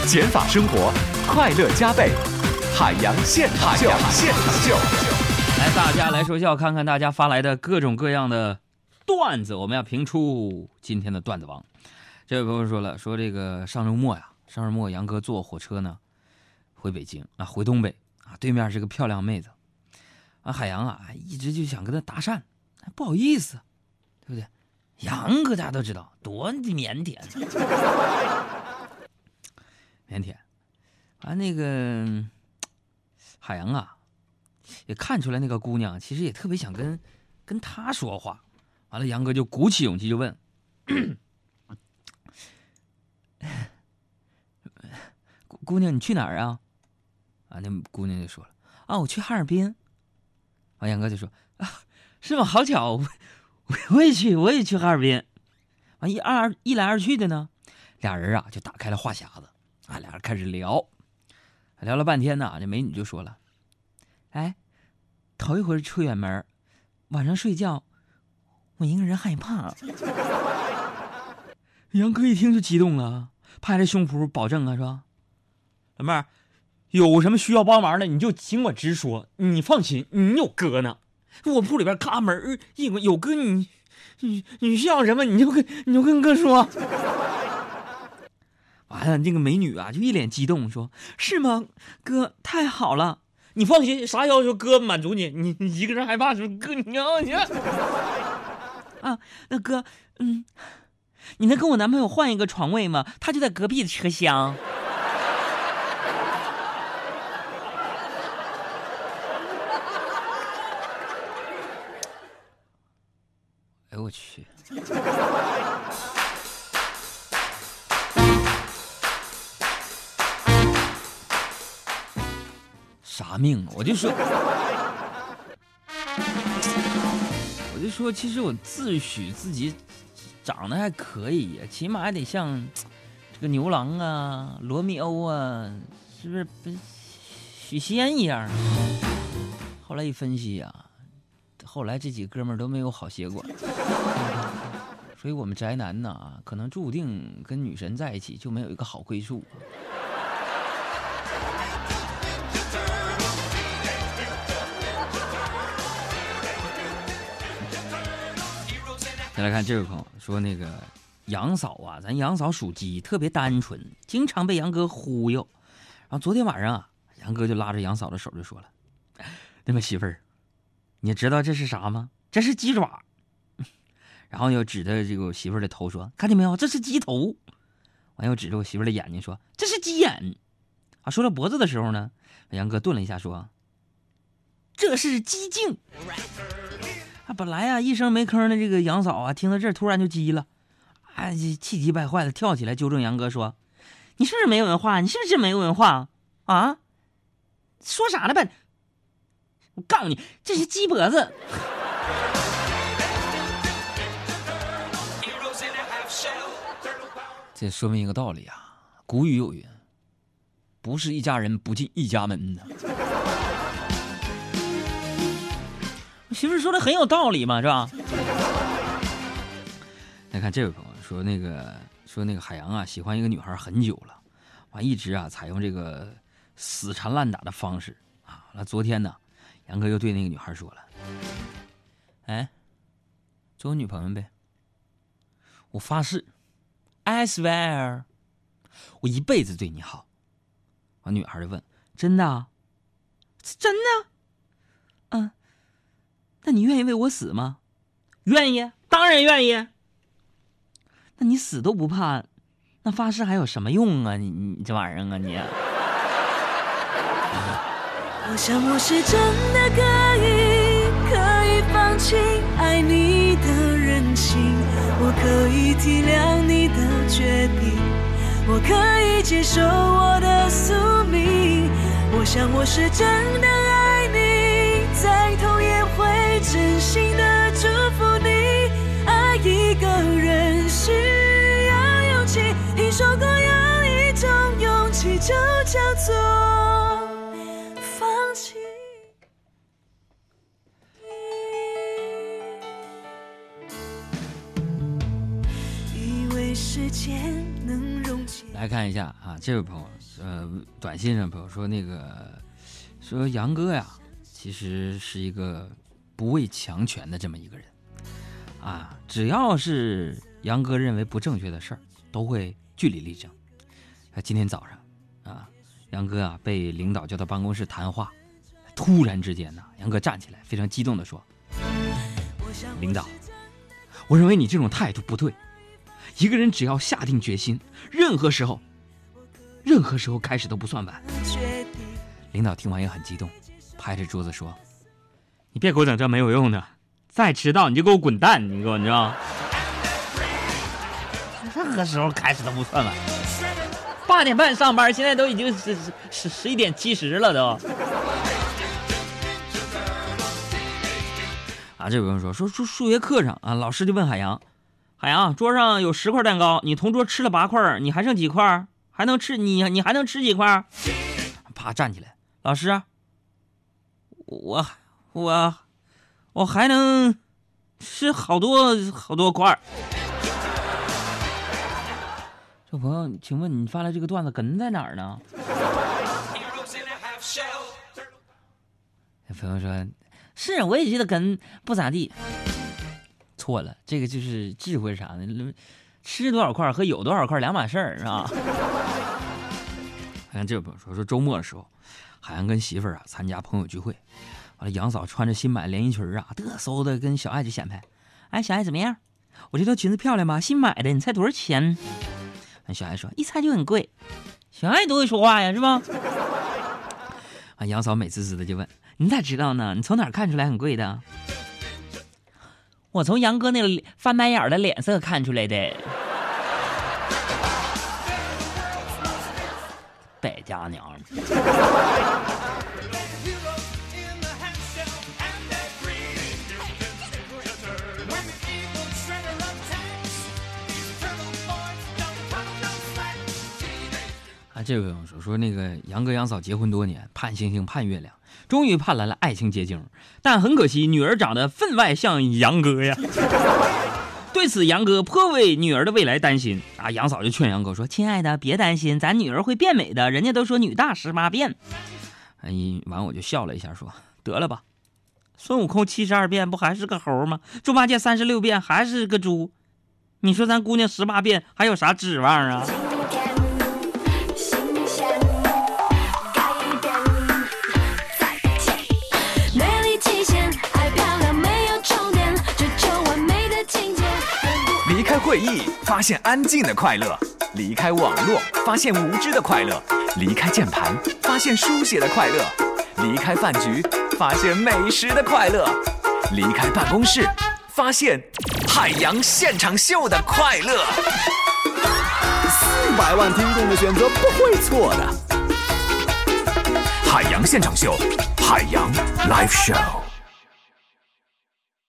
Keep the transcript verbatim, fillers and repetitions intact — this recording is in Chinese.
减法生活，快乐加倍。海洋现场秀，现场秀， 来，大家来说笑，看看大家发来的各种各样的段子，我们要评出今天的段子王。这位朋友说了，说这个上周末呀，上周末杨哥坐火车呢，回北京啊，回东北啊，对面是个漂亮妹子，啊，海洋啊，一直就想跟她搭讪，不好意思，对不对？杨哥大家都知道多腼腆，腼腆，啊，那个海洋啊，也看出来那个姑娘其实也特别想跟跟他说话，完了杨哥就鼓起勇气就问。姑娘，你去哪儿啊？啊，那姑娘就说了，啊，我去哈尔滨。完，杨哥就说，啊，是吗？好巧，我我也去，我也去哈尔滨。完，一二一来二去的呢，俩人啊就打开了话匣子，啊，俩人开始聊，聊了半天呢，这美女就说了，哎，头一回出远门，晚上睡觉，我一个人害怕。杨哥一听就激动了，拍着胸脯保证啊，说，老妹儿，有什么需要帮忙的你就尽管直说，你放心，你有哥呢。我铺里边咔门一有哥，你你你需要什么你就跟你就跟哥说。完了，那个美女啊就一脸激动说，是吗哥，太好了，你放心，啥要求哥满足你，你你一个人害怕什么？哥你要你啊，那哥，嗯，你能跟我男朋友换一个床位吗？他就在隔壁的车厢。哎呦我去！啥命啊！我就说，我就说，其实我自诩自己长得还可以呀，起码还得像这个牛郎啊、罗密欧啊，是不是许仙一样？后来一分析呀、啊，后来这几个哥们儿都没有好结果，所以我们宅男呐，可能注定跟女神在一起就没有一个好归宿。再来看这位朋友说，那个杨嫂啊，咱杨嫂属鸡，特别单纯，经常被杨哥忽悠。然后昨天晚上啊，杨哥就拉着杨嫂的手就说了，那么媳妇儿，你知道这是啥吗？这是鸡爪。然后又指着这个我媳妇儿的头说，看见没有，这是鸡头。完又指着我媳妇儿的眼睛说，这是鸡眼。啊，说到脖子的时候呢，杨哥顿了一下说，这是鸡颈。啊，本来啊一声没吭的这个杨嫂啊，听到这儿突然就急了，哎，气急败坏的跳起来纠正杨哥说，你是不是没文化？你是不是没文化啊？说啥呢吧？我告诉你，这是鸡脖子。这说明一个道理啊，古语有云，不是一家人不进一家门呢。我媳妇儿说的很有道理嘛，是吧？来看这位朋友说，那个说那个海洋啊，喜欢一个女孩很久了，完一直啊采用这个死缠烂打的方式啊。那昨天呢，杨哥又对那个女孩说了，哎，做我女朋友呗，我发誓 I swear 我一辈子对你好。完女孩就问，真的啊？真的？嗯，那你愿意为我死吗？愿意，当然愿意。那你死都不怕，那发誓还有什么用啊？你你这玩意儿啊你！ 我想我是真的可以，可以放弃爱你的任性，我可以体谅你的决定，我可以接受我的宿命。我想我是真的爱你，再痛也会真心的祝福你。爱一个人需要勇气，听说过有一种勇气就叫做放弃。以为时间能溶解。 来看看一下啊，这位朋友，呃，短信上朋友说那个说杨哥呀，其实是一个不畏强权的这么一个人啊，只要是杨哥认为不正确的事儿，都会据理力争。今天早上啊，杨哥啊被领导叫到办公室谈话，突然之间呢，杨哥站起来，非常激动地说：“领导，我认为你这种态度不对。一个人只要下定决心，任何时候，任何时候开始都不算晚。”领导听完也很激动，拍着桌子说：“你别给我整这没有用的，再迟到你就给我滚蛋！你给我，你知道吗？任何时候开始都不算晚。八点半上班，现在都已经十十十一点七十了都。”啊，这位朋友说说数数学课上啊，老师就问海洋。海洋，桌上有十块蛋糕，你同桌吃了八块，你还剩几块？还能吃你你还能吃几块？啪，站起来，老师，我我我还能吃好多好多块。这朋友，请问你发来这个段子梗在哪儿呢？朋友说，是，我也觉得梗不咋地。错了，这个就是智慧啥的，吃多少块和有多少块两码事儿，是吧？看这个朋友说，说周末的时候，海洋跟媳妇儿啊参加朋友聚会，完了杨嫂穿着新买连衣裙啊，嘚瑟的跟小爱就显摆，哎，小爱怎么样？我这条裙子漂亮吧？新买的，你猜多少钱？小爱说一猜就很贵。小爱多会说话呀，是吧？啊，杨嫂美滋滋的就问，你咋知道呢？你从哪儿看出来很贵的？我从杨哥那个翻白眼的脸色看出来的。败家娘。啊，这位朋友说说那个杨哥杨嫂结婚多年，盼星星盼月亮，终于盼来了爱情结晶，但很可惜女儿长得分外像杨哥呀。对此杨哥颇为女儿的未来担心啊，杨嫂就劝杨哥说，亲爱的别担心，咱女儿会变美的，人家都说女大十八变。哎，完我就笑了一下说，得了吧，孙悟空七十二变不还是个猴吗？猪八戒三十六变还是个猪，你说咱姑娘十八变还有啥指望啊？ 离开会议，发现安静的快乐；离开网络，发现无知的快乐；离开键盘，发现书写的快乐；离开饭局，发现美食的快乐；离开办公室，发现海洋现场秀的快乐。四百万听众的选择不会错的。海洋现场秀，海洋 Live Show。